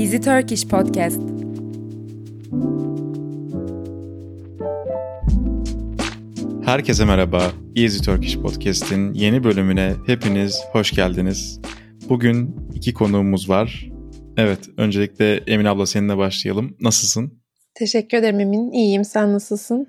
Easy Turkish Podcast. Herkese merhaba. Easy Turkish Podcast'in yeni bölümüne hepiniz hoş geldiniz. Bugün iki konuğumuz var. Evet, öncelikle Emin abla seninle başlayalım. Nasılsın? Teşekkür ederim Emin. İyiyim. Sen nasılsın?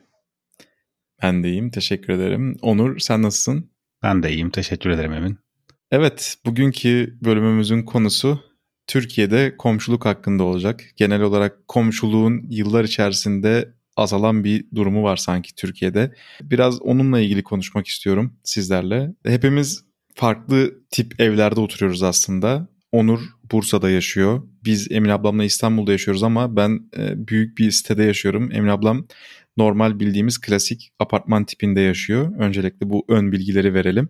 Ben de iyiyim. Teşekkür ederim. Onur, sen nasılsın? Ben de iyiyim. Teşekkür ederim Emin. Evet, bugünkü bölümümüzün konusu Türkiye'de komşuluk hakkında olacak. Genel olarak komşuluğun yıllar içerisinde azalan bir durumu var sanki Türkiye'de. Biraz onunla ilgili konuşmak istiyorum sizlerle. Hepimiz farklı tip evlerde oturuyoruz aslında. Onur Bursa'da yaşıyor. Biz Emin ablamla İstanbul'da yaşıyoruz ama ben büyük bir sitede yaşıyorum. Emin ablam normal bildiğimiz klasik apartman tipinde yaşıyor. Öncelikle bu ön bilgileri verelim.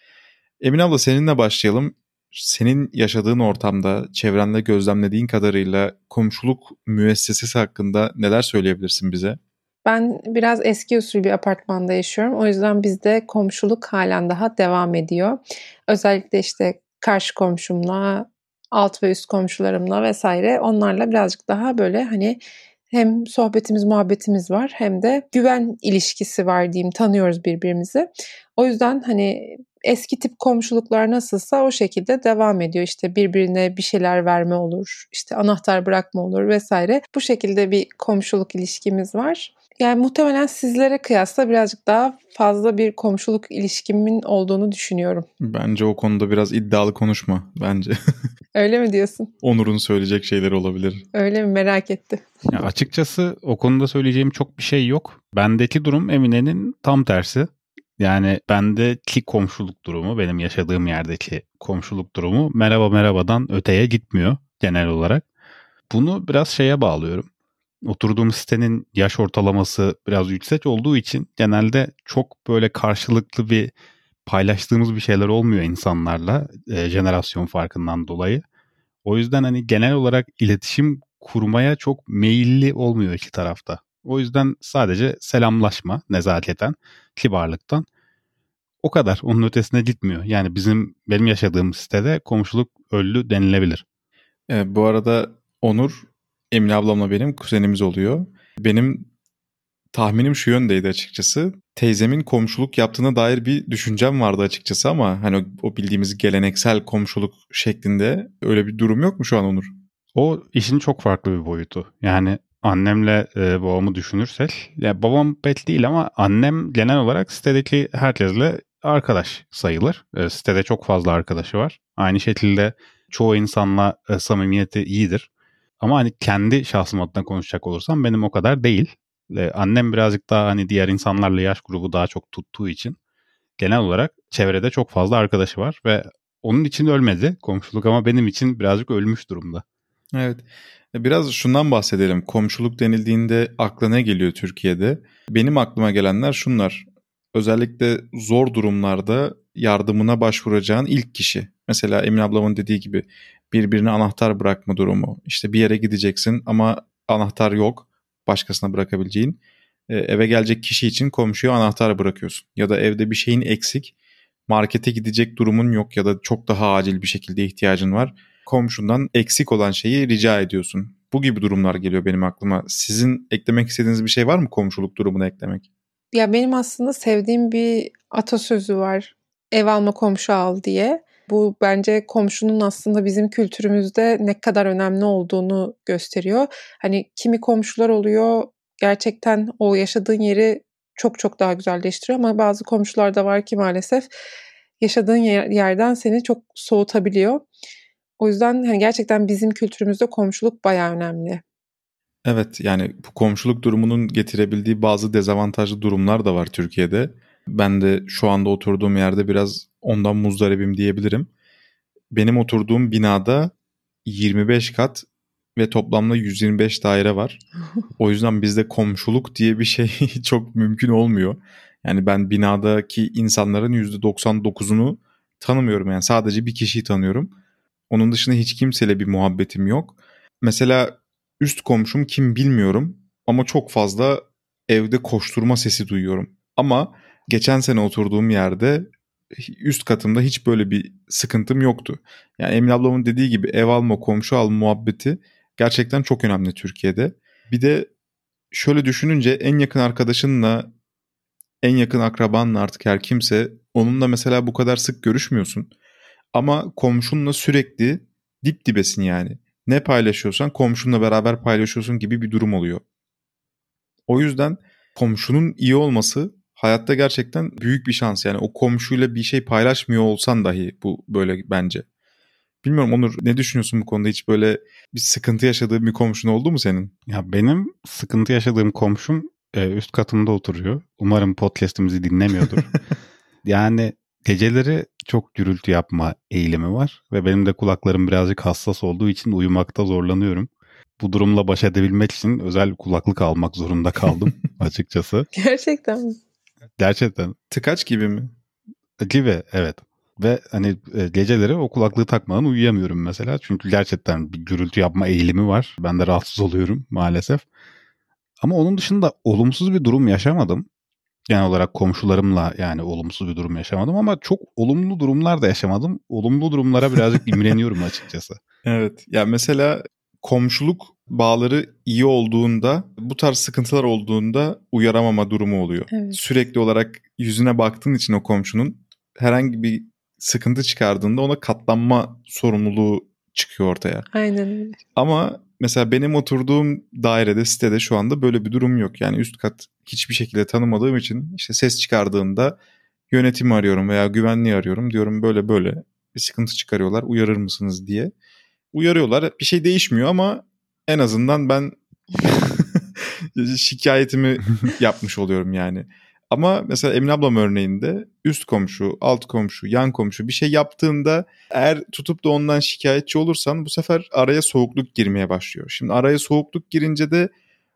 Emin abla seninle başlayalım. Senin yaşadığın ortamda, çevrende gözlemlediğin kadarıyla komşuluk müessesesi hakkında neler söyleyebilirsin bize? Ben biraz eski usul bir apartmanda yaşıyorum. O yüzden bizde komşuluk halen daha devam ediyor. Özellikle işte karşı komşumla, alt ve üst komşularımla vesaire onlarla birazcık daha böyle hani hem sohbetimiz, muhabbetimiz var hem de güven ilişkisi var diyeyim. Tanıyoruz birbirimizi. O yüzden hani eski tip komşuluklar nasılsa o şekilde devam ediyor. İşte birbirine bir şeyler verme olur, işte anahtar bırakma olur vesaire. Bu şekilde bir komşuluk ilişkimiz var. Yani muhtemelen sizlere kıyasla birazcık daha fazla bir komşuluk ilişkimin olduğunu düşünüyorum. Bence o konuda biraz iddialı konuşma bence. Öyle mi diyorsun? Onur'un söyleyecek şeyler olabilir. Öyle mi? Merak etti. Ya açıkçası o konuda söyleyeceğim çok bir şey yok. Bendeki durum Emine'nin tam tersi. Yani bendeki komşuluk durumu, benim yaşadığım yerdeki komşuluk durumu merhaba merhabadan öteye gitmiyor genel olarak. Bunu biraz şeye bağlıyorum. Oturduğum sitenin yaş ortalaması biraz yüksek olduğu için genelde çok böyle karşılıklı bir paylaştığımız bir şeyler olmuyor insanlarla jenerasyon farkından dolayı. O yüzden hani genel olarak iletişim kurmaya çok meyilli olmuyor iki tarafta. O yüzden sadece selamlaşma, nezaketen, kibarlıktan o kadar. Onun ötesine gitmiyor. Yani benim yaşadığım sitede komşuluk öldü denilebilir. Bu arada Onur, Emine ablamla benim kuzenimiz oluyor. Benim tahminim şu yöndeydi açıkçası. Teyzemin komşuluk yaptığına dair bir düşüncem vardı açıkçası ama hani o bildiğimiz geleneksel komşuluk şeklinde öyle bir durum yok mu şu an Onur? O işin çok farklı bir boyutu. Yani annemle babamı düşünürsek, ya babam pek değil ama annem genel olarak sitedeki herkesle arkadaş sayılır. Sitede çok fazla arkadaşı var. Aynı şekilde çoğu insanla samimiyeti iyidir. Ama hani kendi şahsım adına konuşacak olursam benim o kadar değil. Annem birazcık daha hani diğer insanlarla yaş grubu daha çok tuttuğu için genel olarak çevrede çok fazla arkadaşı var ve onun için ölmedi komşuluk ama benim için birazcık ölmüş durumda. Evet. Biraz şundan bahsedelim. Komşuluk denildiğinde akla ne geliyor Türkiye'de? Benim aklıma gelenler şunlar. Özellikle zor durumlarda yardımına başvuracağın ilk kişi. Mesela Emin ablamın dediği gibi birbirine anahtar bırakma durumu. İşte bir yere gideceksin ama anahtar yok başkasına bırakabileceğin. Eve gelecek kişi için komşuya anahtar bırakıyorsun. Ya da evde bir şeyin eksik, markete gidecek durumun yok ya da çok daha acil bir şekilde ihtiyacın var. Komşundan eksik olan şeyi rica ediyorsun. Bu gibi durumlar geliyor benim aklıma. Sizin eklemek istediğiniz bir şey var mı komşuluk durumuna eklemek? Ya benim aslında sevdiğim bir atasözü var. Ev alma komşu al diye. Bu bence komşunun aslında bizim kültürümüzde ne kadar önemli olduğunu gösteriyor. Hani kimi komşular oluyor gerçekten o yaşadığın yeri çok çok daha güzelleştiriyor ama bazı komşular da var ki maalesef yaşadığın yerden seni çok soğutabiliyor. O yüzden hani gerçekten bizim kültürümüzde komşuluk bayağı önemli. Evet, yani bu komşuluk durumunun getirebildiği bazı dezavantajlı durumlar da var Türkiye'de. Ben de şu anda oturduğum yerde biraz ondan muzdaribim diyebilirim. Benim oturduğum binada 25 kat ve toplamda 125 daire var. O yüzden bizde komşuluk diye bir şey çok mümkün olmuyor. Yani ben binadaki insanların %99'unu tanımıyorum. Yani sadece bir kişiyi tanıyorum. Onun dışında hiç kimseyle bir muhabbetim yok. Mesela üst komşum kim bilmiyorum ama çok fazla evde koşturma sesi duyuyorum. Ama geçen sene oturduğum yerde üst katımda hiç böyle bir sıkıntım yoktu. Yani Emin ablamın dediği gibi ev alma komşu al muhabbeti gerçekten çok önemli Türkiye'de. Bir de şöyle düşününce en yakın arkadaşınla, en yakın akrabanla artık her kimse, onunla mesela bu kadar sık görüşmüyorsun. Ama komşunla sürekli dip dibesin yani. Ne paylaşıyorsan komşunla beraber paylaşıyorsun gibi bir durum oluyor. O yüzden komşunun iyi olması hayatta gerçekten büyük bir şans. Yani o komşuyla bir şey paylaşmıyor olsan dahi bu böyle bence. Bilmiyorum Onur, ne düşünüyorsun bu konuda? Hiç böyle bir sıkıntı yaşadığın bir komşun oldu mu senin? Ya benim sıkıntı yaşadığım komşum üst katımda oturuyor. Umarım podcast'imizi dinlemiyordur. Yani geceleri çok gürültü yapma eğilimi var ve benim de kulaklarım birazcık hassas olduğu için uyumakta zorlanıyorum. Bu durumla baş edebilmek için özel kulaklık almak zorunda kaldım açıkçası. Gerçekten mi? Gerçekten. Tıkaç gibi mi? Gibi, evet. Ve hani geceleri o kulaklığı takmadan uyuyamıyorum mesela. Çünkü gerçekten bir gürültü yapma eğilimi var. Ben de rahatsız oluyorum maalesef. Ama onun dışında olumsuz bir durum yaşamadım. Genel olarak komşularımla yani olumsuz bir durum yaşamadım ama çok olumlu durumlar da yaşamadım. Olumlu durumlara birazcık imreniyorum açıkçası. Evet. Ya mesela komşuluk bağları iyi olduğunda, bu tarz sıkıntılar olduğunda uyaramama durumu oluyor. Evet. Sürekli olarak yüzüne baktığın için o komşunun herhangi bir sıkıntı çıkardığında ona katlanma sorumluluğu çıkıyor ortaya. Aynen öyle. Ama mesela benim oturduğum dairede, sitede şu anda böyle bir durum yok. Yani üst kat hiçbir şekilde tanımadığım için işte ses çıkardığında yönetimi arıyorum veya güvenliği arıyorum. Diyorum böyle böyle bir sıkıntı çıkarıyorlar, uyarır mısınız diye. Uyarıyorlar. Bir şey değişmiyor ama en azından ben şikayetimi yapmış oluyorum yani. Ama mesela Emine ablam örneğinde üst komşu, alt komşu, yan komşu bir şey yaptığında eğer tutup da ondan şikayetçi olursan bu sefer araya soğukluk girmeye başlıyor. Şimdi araya soğukluk girince de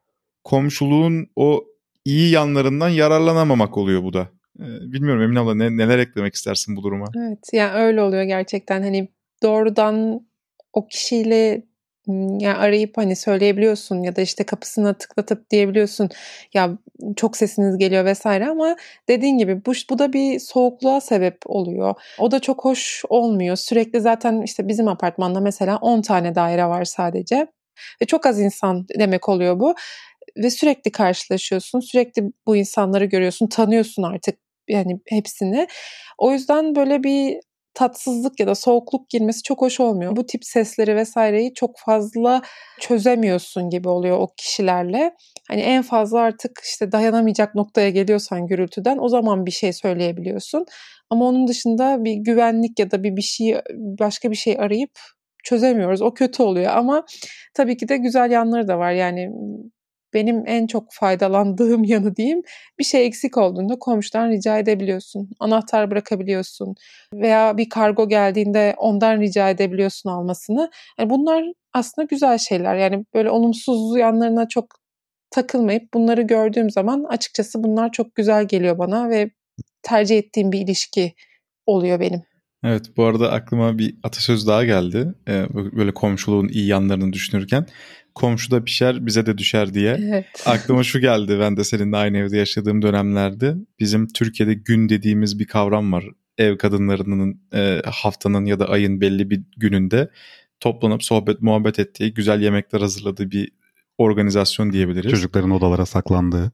komşuluğun o iyi yanlarından yararlanamamak oluyor bu da. Bilmiyorum Emine abla neler eklemek istersin bu duruma? Evet, yani öyle oluyor gerçekten. Hani doğrudan o kişiyle yani arayıp hani söyleyebiliyorsun ya da işte kapısına tıklatıp diyebiliyorsun ya çok sesiniz geliyor vesaire ama dediğin gibi bu da bir soğukluğa sebep oluyor. O da çok hoş olmuyor. Sürekli zaten işte bizim apartmanda mesela 10 tane daire var sadece ve çok az insan demek oluyor bu. Ve sürekli karşılaşıyorsun, sürekli bu insanları görüyorsun, tanıyorsun artık yani hepsini. O yüzden böyle bir tatsızlık ya da soğukluk girmesi çok hoş olmuyor. Bu tip sesleri vesaireyi çok fazla çözemiyorsun gibi oluyor o kişilerle. Hani en fazla artık işte dayanamayacak noktaya geliyorsan gürültüden o zaman bir şey söyleyebiliyorsun. Ama onun dışında bir güvenlik ya da bir şey başka bir şey arayıp çözemiyoruz. O kötü oluyor ama tabii ki de güzel yanları da var. Yani benim en çok faydalandığım yanı diyeyim, bir şey eksik olduğunda komşudan rica edebiliyorsun. Anahtar bırakabiliyorsun veya bir kargo geldiğinde ondan rica edebiliyorsun almasını. Yani bunlar aslında güzel şeyler. Yani böyle olumsuz yanlarına çok takılmayıp bunları gördüğüm zaman açıkçası bunlar çok güzel geliyor bana ve tercih ettiğim bir ilişki oluyor benim. Evet, bu arada aklıma bir atasöz daha geldi. Böyle komşuluğun iyi yanlarını düşünürken. Komşuda pişer bize de düşer diye. Evet. Aklıma şu geldi, ben de seninle aynı evde yaşadığım dönemlerde. Bizim Türkiye'de gün dediğimiz bir kavram var. Ev kadınlarının haftanın ya da ayın belli bir gününde toplanıp sohbet muhabbet ettiği, güzel yemekler hazırladığı bir organizasyon diyebiliriz. Çocukların odalara saklandığı.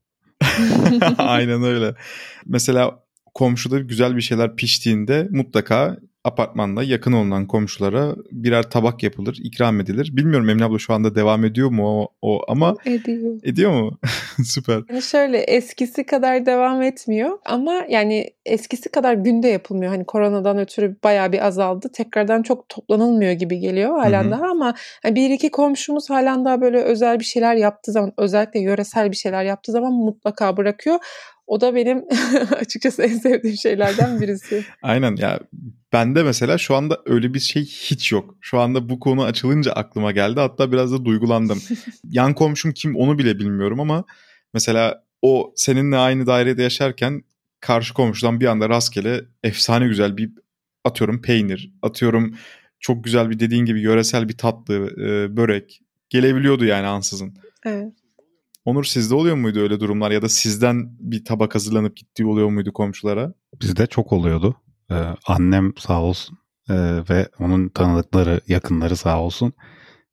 Aynen öyle. Mesela komşuda güzel bir şeyler piştiğinde mutlaka apartmanda yakın olunan komşulara birer tabak yapılır, ikram edilir. Bilmiyorum Emine abla şu anda devam ediyor mu o ama Ediyor. ediyor mu? Süper. Yani şöyle eskisi kadar devam etmiyor ama yani eskisi kadar günde yapılmıyor. Hani koronadan ötürü bayağı bir azaldı. Tekrardan çok toplanılmıyor gibi geliyor halen daha ama yani bir iki komşumuz halen daha böyle özel bir şeyler yaptığı zaman, özellikle yöresel bir şeyler yaptığı zaman mutlaka bırakıyor. O da benim açıkçası en sevdiğim şeylerden birisi. Aynen ya, bende mesela şu anda öyle bir şey hiç yok. Şu anda bu konu açılınca aklıma geldi, hatta biraz da duygulandım. Yan komşum kim onu bile bilmiyorum ama mesela o seninle aynı dairede yaşarken karşı komşudan bir anda rastgele efsane güzel bir, atıyorum peynir, atıyorum çok güzel bir dediğin gibi yöresel bir tatlı, börek gelebiliyordu yani ansızın. Evet. Onur, sizde oluyor muydu öyle durumlar ya da sizden bir tabak hazırlanıp gittiği oluyor muydu komşulara? Bizde çok oluyordu. Annem sağ olsun ve onun tanıdıkları, yakınları sağ olsun.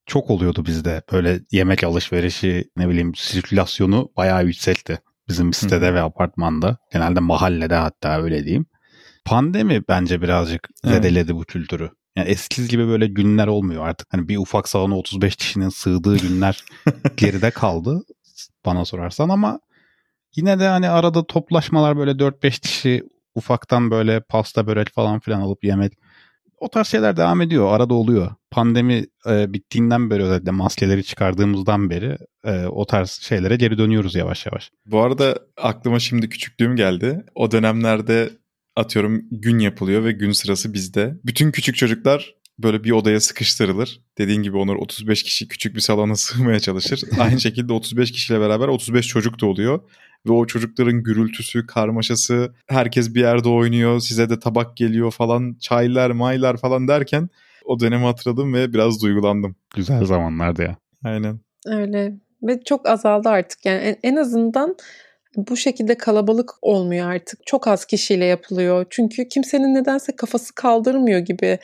çok oluyordu bizde. Böyle yemek alışverişi, ne bileyim, sirkülasyonu bayağı yükseltti. Bizim sitede ve apartmanda. Genelde mahallede, hatta öyle diyeyim. Pandemi bence birazcık zedeledi bu kültürü. Yani eskisi gibi böyle günler olmuyor artık. Hani bir ufak salona 35 kişinin sığdığı günler geride kaldı bana sorarsan, ama yine de hani arada toplaşmalar, böyle 4-5 kişi ufaktan böyle pasta börek falan filan alıp yemek, o tarz şeyler devam ediyor. Arada oluyor. Pandemi bittiğinden beri, özellikle maskeleri çıkardığımızdan beri o tarz şeylere geri dönüyoruz yavaş yavaş. Bu arada aklıma şimdi küçüklüğüm geldi. O dönemlerde atıyorum gün yapılıyor ve gün sırası bizde. Bütün küçük çocuklar böyle bir odaya sıkıştırılır. Dediğin gibi Onur, 35 kişi küçük bir salona sığmaya çalışır. Aynı şekilde 35 kişiyle beraber 35 çocuk da oluyor. Ve o çocukların gürültüsü, karmaşası, herkes bir yerde oynuyor, size de tabak geliyor falan, çaylar, maylar falan derken o dönemi hatırladım ve biraz duygulandım. Güzel zamanlardı ya. Aynen. Öyle ve çok azaldı artık. Yani en azından bu şekilde kalabalık olmuyor artık. Çok az kişiyle yapılıyor. Çünkü kimsenin nedense kafası kaldırmıyor gibi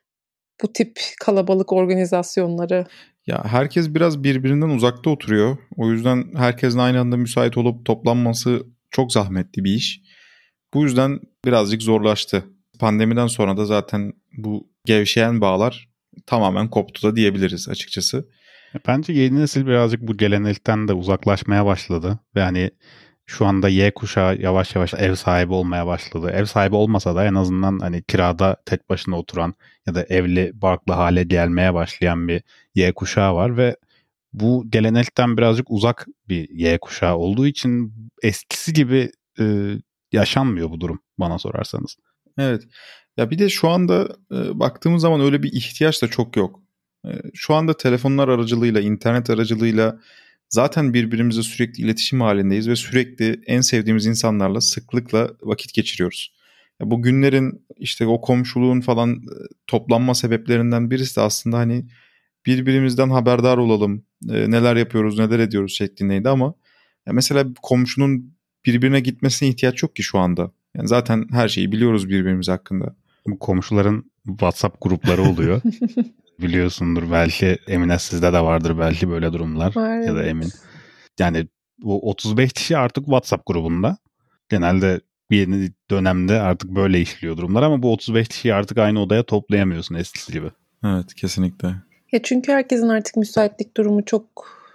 bu tip kalabalık organizasyonları. Ya herkes biraz birbirinden uzakta oturuyor. O yüzden herkesin aynı anda müsait olup toplanması çok zahmetli bir iş. Bu yüzden birazcık zorlaştı. Pandemiden sonra da zaten bu gevşeyen bağlar tamamen koptu da diyebiliriz açıkçası. Bence yeni nesil birazcık bu gelenekten de uzaklaşmaya başladı. Ve hani şu anda Y kuşağı yavaş yavaş ev sahibi olmaya başladı. Ev sahibi olmasa da en azından hani kirada tek başına oturan ya da evli barklı hale gelmeye başlayan bir Y kuşağı var ve bu gelenekten birazcık uzak bir Y kuşağı olduğu için eskisi gibi yaşanmıyor bu durum, bana sorarsanız. Evet. Ya bir de şu anda baktığımız zaman öyle bir ihtiyaç da çok yok. Şu anda telefonlar aracılığıyla, internet aracılığıyla zaten birbirimizle sürekli iletişim halindeyiz ve sürekli en sevdiğimiz insanlarla sıklıkla vakit geçiriyoruz. Ya bu günlerin işte o komşuluğun falan toplanma sebeplerinden birisi de aslında hani birbirimizden haberdar olalım, neler yapıyoruz, neler ediyoruz şeklindeydi ama ya mesela komşunun birbirine gitmesine ihtiyaç yok ki şu anda. Yani zaten her şeyi biliyoruz birbirimiz hakkında. Bu komşuların WhatsApp grupları oluyor. Biliyorsundur belki, Emine, sizde de vardır belki böyle durumlar. Var, Ya da evet. Emin. Yani bu 35 kişi artık WhatsApp grubunda. Genelde bir yeni dönemde artık böyle işliyor durumlar, ama bu 35 kişiyi artık aynı odaya toplayamıyorsun eskisi gibi. Evet, kesinlikle. Ya çünkü herkesin artık müsaitlik durumu çok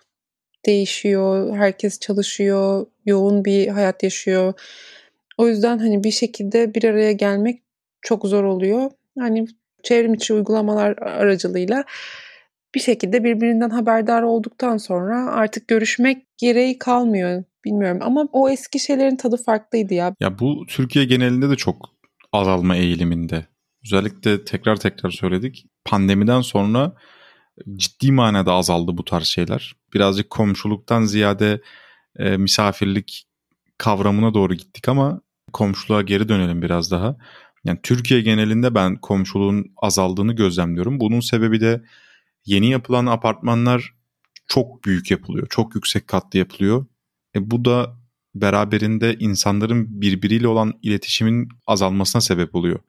değişiyor. Herkes çalışıyor, yoğun bir hayat yaşıyor. O yüzden hani bir şekilde bir araya gelmek çok zor oluyor. Hani çevrim içi uygulamalar aracılığıyla bir şekilde birbirinden haberdar olduktan sonra artık görüşmek gereği kalmıyor. Bilmiyorum ama o eski şeylerin tadı farklıydı ya. Ya bu Türkiye genelinde de çok azalma eğiliminde. Özellikle tekrar söyledik. Pandemiden sonra ciddi manada azaldı bu tarz şeyler. Birazcık komşuluktan ziyade misafirlik kavramına doğru gittik ama komşuluğa geri dönelim biraz daha. Yani Türkiye genelinde ben komşuluğun azaldığını gözlemliyorum. Bunun sebebi de yeni yapılan apartmanlar çok büyük yapılıyor. Çok yüksek katlı yapılıyor. Bu da beraberinde insanların birbiriyle olan iletişimin azalmasına sebep oluyor.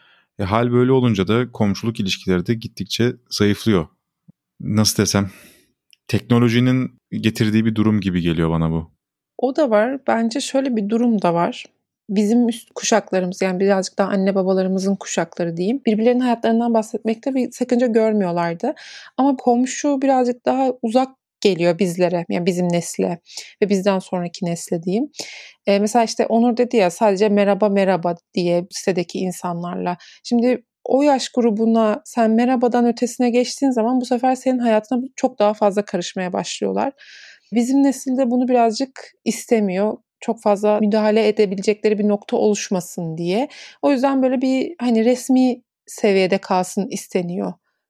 Hal böyle olunca da komşuluk ilişkileri de gittikçe zayıflıyor. Nasıl desem, teknolojinin getirdiği bir durum gibi geliyor bana bu. O da var. Bence şöyle bir durum da var. Bizim üst kuşaklarımız, yani birazcık daha anne babalarımızın kuşakları diyeyim, birbirlerinin hayatlarından bahsetmekte bir sakınca görmüyorlardı. Ama komşu birazcık daha uzak geliyor bizlere, yani bizim nesle ve bizden sonraki nesle diyeyim. Mesela işte Onur dedi ya, sadece merhaba merhaba diye sitedeki insanlarla. Şimdi o yaş grubuna sen merhabadan ötesine geçtiğin zaman bu sefer senin hayatına çok daha fazla karışmaya başlıyorlar. Bizim nesilde bunu birazcık istemiyor. Çok fazla müdahale edebilecekleri bir nokta oluşmasın diye. O yüzden böyle bir hani resmi seviyede kalsın isteniyor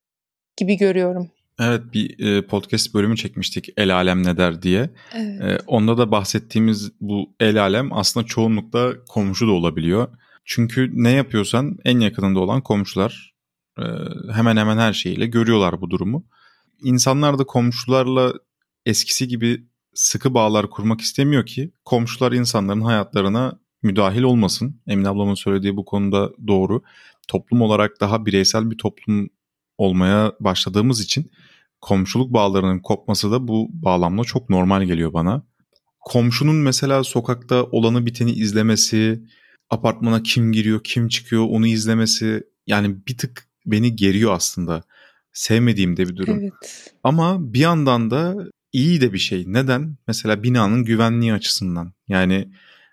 gibi görüyorum. Evet, bir podcast bölümü çekmiştik El Alem Ne Der diye. Evet. Onda da bahsettiğimiz bu El Alem aslında çoğunlukla komşu da olabiliyor. Çünkü ne yapıyorsan en yakınında olan komşular hemen hemen her şeyiyle görüyorlar bu durumu. İnsanlar da komşularla eskisi gibi sıkı bağlar kurmak istemiyor ki komşular insanların hayatlarına müdahil olmasın. Emine ablamın söylediği bu konuda doğru. Toplum olarak daha bireysel bir toplum olmaya başladığımız için komşuluk bağlarının kopması da bu bağlamda çok normal geliyor bana. Komşunun mesela sokakta olanı biteni izlemesi, apartmana kim giriyor, kim çıkıyor onu izlemesi yani bir tık beni geriyor aslında. Sevmediğim de bir durum. Evet. Ama bir yandan da iyi de bir şey. Neden? Mesela binanın güvenliği açısından. Yani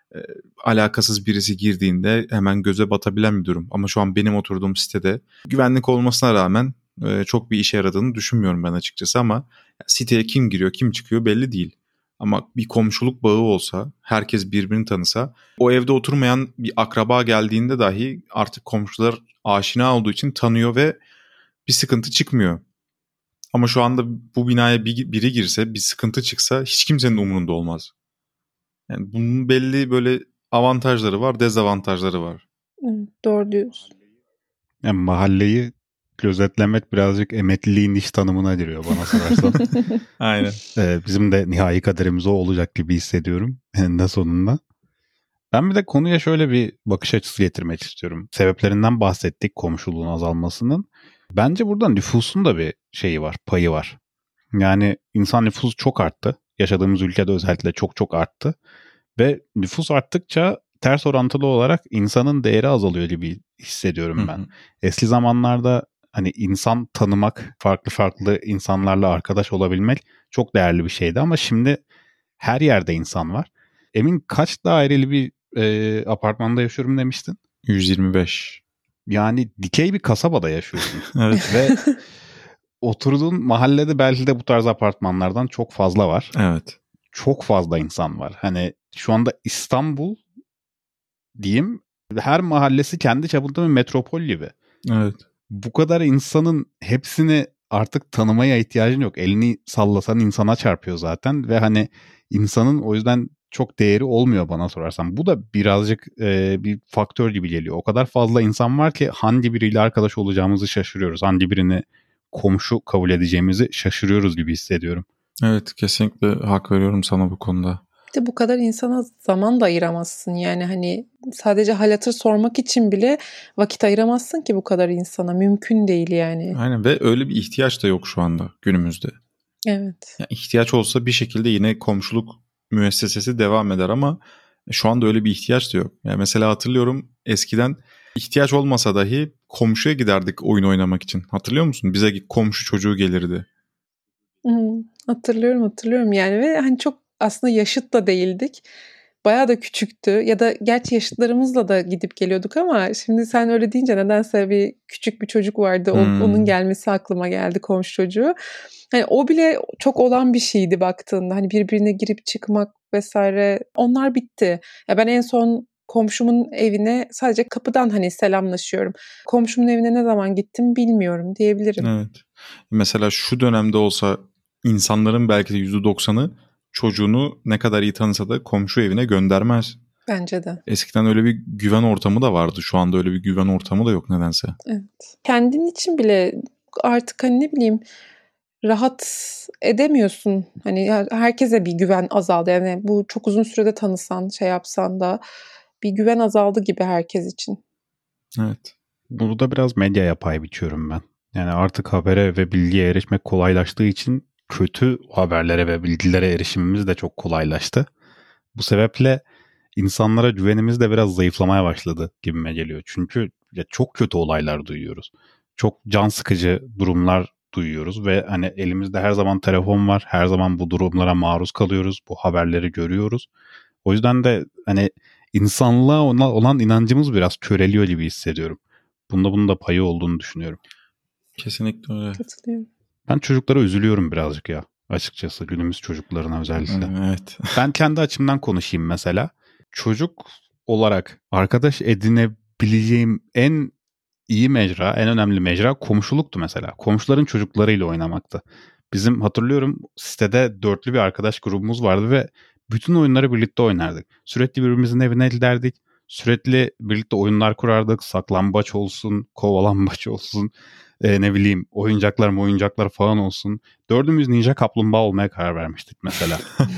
alakasız birisi girdiğinde hemen göze batabilen bir durum. Ama şu an benim oturduğum sitede güvenlik olmasına rağmen çok bir işe yaradığını düşünmüyorum ben açıkçası ama siteye kim giriyor, kim çıkıyor belli değil. Ama bir komşuluk bağı olsa, herkes birbirini tanısa, o evde oturmayan bir akraba geldiğinde dahi artık komşular aşina olduğu için tanıyor ve bir sıkıntı çıkmıyor. Ama şu anda bu binaya biri girse, bir sıkıntı çıksa hiç kimsenin umurunda olmaz. Yani bunun belli böyle avantajları var, dezavantajları var. Doğru diyorsun. Yani mahalleyi gözetlemek birazcık emekliliğin iş tanımına giriyor bana sorarsan. Aynen. Bizim de nihai kaderimiz o olacak gibi hissediyorum eninde sonunda. Ben bir de konuya şöyle bir bakış açısı getirmek istiyorum. Sebeplerinden bahsettik komşuluğun azalmasının. Bence burada nüfusun da bir şeyi var, payı var. Yani insan nüfusu çok arttı. Yaşadığımız ülkede özellikle çok çok arttı. Ve nüfus arttıkça ters orantılı olarak insanın değeri azalıyor gibi hissediyorum ben. Eski zamanlarda hani insan tanımak, farklı farklı insanlarla arkadaş olabilmek çok değerli bir şeydi ama şimdi her yerde insan var. Emin kaç daireli bir apartmanda yaşıyorum demiştin? 125. Yani dikey bir kasabada yaşıyorsun. Evet. Ve oturduğun mahallede belki de bu tarz apartmanlardan çok fazla var. Evet. Çok fazla insan var. Hani şu anda İstanbul diyeyim, her mahallesi kendi çapında bir metropol gibi. Evet. Bu kadar insanın hepsini artık tanımaya ihtiyacın yok. Elini sallasan insana çarpıyor zaten ve hani insanın o yüzden çok değeri olmuyor bana sorarsan. Bu da birazcık bir faktör gibi geliyor. O kadar fazla insan var ki hangi biriyle arkadaş olacağımızı şaşırıyoruz. Hangi birini komşu kabul edeceğimizi şaşırıyoruz gibi hissediyorum. Evet, kesinlikle hak veriyorum sana bu konuda. Bir de bu kadar insana zaman da ayıramazsın. Yani hani sadece hal hatır sormak için bile vakit ayıramazsın ki bu kadar insana. Mümkün değil yani. Aynen ve öyle bir ihtiyaç da yok şu anda günümüzde. Evet. Yani ihtiyaç olsa bir şekilde yine komşuluk müessesesi devam eder ama şu anda öyle bir ihtiyaç da yok. Yani mesela hatırlıyorum eskiden ihtiyaç olmasa dahi komşuya giderdik oyun oynamak için. Hatırlıyor musun? Bize komşu çocuğu gelirdi. Hatırlıyorum yani ve hani çok aslında yaşıt da değildik. Bayağı da küçüktü ya da gerçi yaşıtlarımızla da gidip geliyorduk ama şimdi sen öyle deyince nedense bir küçük bir çocuk vardı. Onun gelmesi aklıma geldi, komşu çocuğu. Hani o bile çok olan bir şeydi baktığında. Hani birbirine girip çıkmak vesaire, onlar bitti. Ya ben en son komşumun evine sadece kapıdan hani selamlaşıyorum. Komşumun evine ne zaman gittim bilmiyorum diyebilirim. Evet. Mesela şu dönemde olsa insanların belki de %90'ı çocuğunu ne kadar iyi tanısa da komşu evine göndermez. Bence de. Eskiden öyle bir güven ortamı da vardı. Şu anda öyle bir güven ortamı da yok nedense. Evet. Kendin için bile artık hani ne bileyim rahat edemiyorsun. Hani herkese bir güven azaldı. Yani bu çok uzun sürede tanısan, şey yapsan da bir güven azaldı gibi herkes için. Evet. Burada biraz medyaya pay biçiyorum ben. Yani artık habere ve bilgiye erişmek kolaylaştığı için kötü haberlere ve bilgilere erişimimiz de çok kolaylaştı. Bu sebeple insanlara güvenimiz de biraz zayıflamaya başladı gibime geliyor. Çünkü çok kötü olaylar duyuyoruz. Çok can sıkıcı durumlar duyuyoruz ve hani elimizde her zaman telefon var. Her zaman bu durumlara maruz kalıyoruz. Bu haberleri görüyoruz. O yüzden de hani insanlığa olan inancımız biraz köreliyor gibi hissediyorum. Bunun da payı olduğunu düşünüyorum. Kesinlikle öyle. Katılıyorum. Ben çocuklara üzülüyorum birazcık ya. Açıkçası günümüz çocuklarına özellikle. Evet. Ben kendi açımdan konuşayım mesela. Çocuk olarak arkadaş edinebileceğim en iyi mecra, en önemli mecra komşuluktu mesela. Komşuların çocuklarıyla oynamaktı. Bizim hatırlıyorum sitede dörtlü bir arkadaş grubumuz vardı ve bütün oyunları birlikte oynardık. Sürekli birbirimizin evine giderdik. Sürekli birlikte oyunlar kurardık. Saklambaç olsun, kovalambaç olsun, ne bileyim oyuncaklar falan olsun. Dördümüz ninja kaplumbağa olmaya karar vermiştik mesela.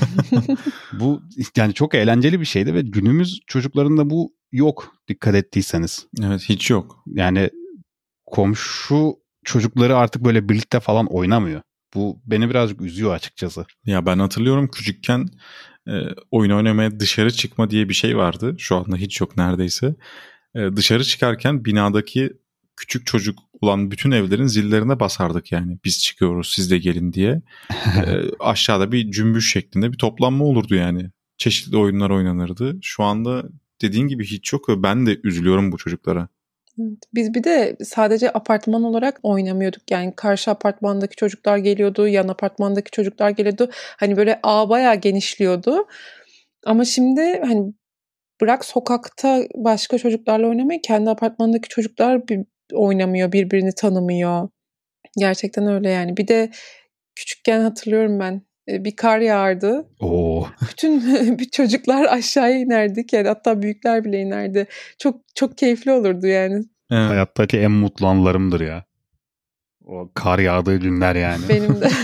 Bu yani çok eğlenceli bir şeydi ve günümüz çocuklarında bu yok dikkat ettiyseniz. Evet, hiç yok. Yani komşu çocukları artık böyle birlikte falan oynamıyor. Bu beni birazcık üzüyor açıkçası. Ya ben hatırlıyorum küçükken oyun oynamaya dışarı çıkma diye bir şey vardı. Şu anda hiç yok neredeyse. Dışarı çıkarken binadaki küçük çocuk olan bütün evlerin zillerine basardık yani. Biz çıkıyoruz, siz de gelin diye. Aşağıda bir cümbüş şeklinde bir toplanma olurdu yani. Çeşitli oyunlar oynanırdı. Şu anda dediğin gibi hiç yok ve ben de üzülüyorum bu çocuklara. Evet. Biz bir de sadece apartman olarak oynamıyorduk. Yani karşı apartmandaki çocuklar geliyordu, yan apartmandaki çocuklar geliyordu. Hani böyle ağ bayağı genişliyordu. Ama şimdi hani bırak sokakta başka çocuklarla oynamayı, kendi apartmandaki çocuklar oynamıyor, birbirini tanımıyor. Gerçekten öyle yani. Bir de küçükken hatırlıyorum ben, bir kar yağardı. Oo. Bütün çocuklar aşağıya inerdik. Yani hatta büyükler bile inerdi. Çok çok keyifli olurdu yani. Evet. Hayattaki en mutlu anılarımdır ya. O kar yağdığı günler yani. Benim de.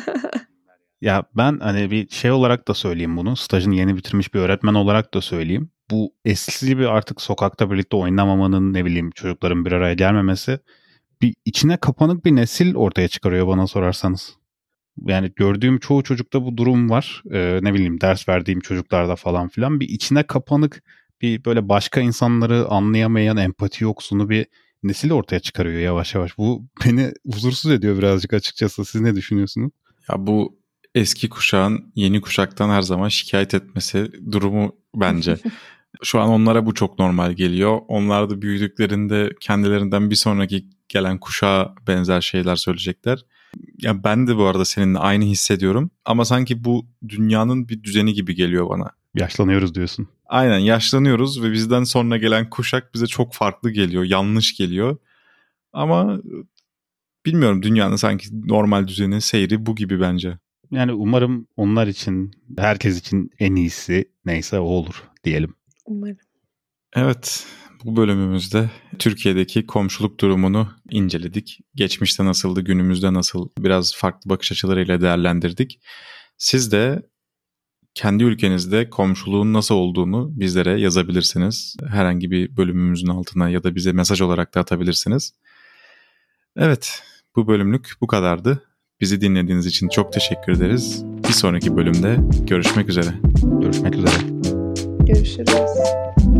Ya ben hani bir şey olarak da söyleyeyim bunu. Stajını yeni bitirmiş bir öğretmen olarak da söyleyeyim. Bu eskisi bir artık sokakta birlikte oynamamanın, ne bileyim, çocukların bir araya gelmemesi bir içine kapanık bir nesil ortaya çıkarıyor bana sorarsanız. Yani gördüğüm çoğu çocukta bu durum var. Ne bileyim, ders verdiğim çocuklarda falan filan bir içine kapanık, bir böyle başka insanları anlayamayan, empati yoksunu bir nesil ortaya çıkarıyor yavaş yavaş. Bu beni huzursuz ediyor birazcık açıkçası. Siz ne düşünüyorsunuz? Ya bu eski kuşağın yeni kuşaktan her zaman şikayet etmesi durumu bence. Şu an onlara bu çok normal geliyor. Onlar da büyüdüklerinde kendilerinden bir sonraki gelen kuşağa benzer şeyler söyleyecekler. Ya ben de bu arada seninle aynı hissediyorum. Ama sanki bu dünyanın bir düzeni gibi geliyor bana. Yaşlanıyoruz diyorsun. Aynen, yaşlanıyoruz ve bizden sonra gelen kuşak bize çok farklı geliyor, yanlış geliyor. Ama bilmiyorum, dünyanın sanki normal düzeni, seyri bu gibi bence. Yani umarım onlar için, herkes için en iyisi neyse o olur diyelim. Umarım. Evet, bu bölümümüzde Türkiye'deki komşuluk durumunu inceledik. Geçmişte nasıldı, günümüzde nasıl, biraz farklı bakış açılarıyla değerlendirdik. Siz de kendi ülkenizde komşuluğun nasıl olduğunu bizlere yazabilirsiniz. Herhangi bir bölümümüzün altına ya da bize mesaj olarak da atabilirsiniz. Evet, bu bölümlük bu kadardı. Bizi dinlediğiniz için çok teşekkür ederiz. Bir sonraki bölümde görüşmek üzere. Görüşmek üzere. Görüşürüz.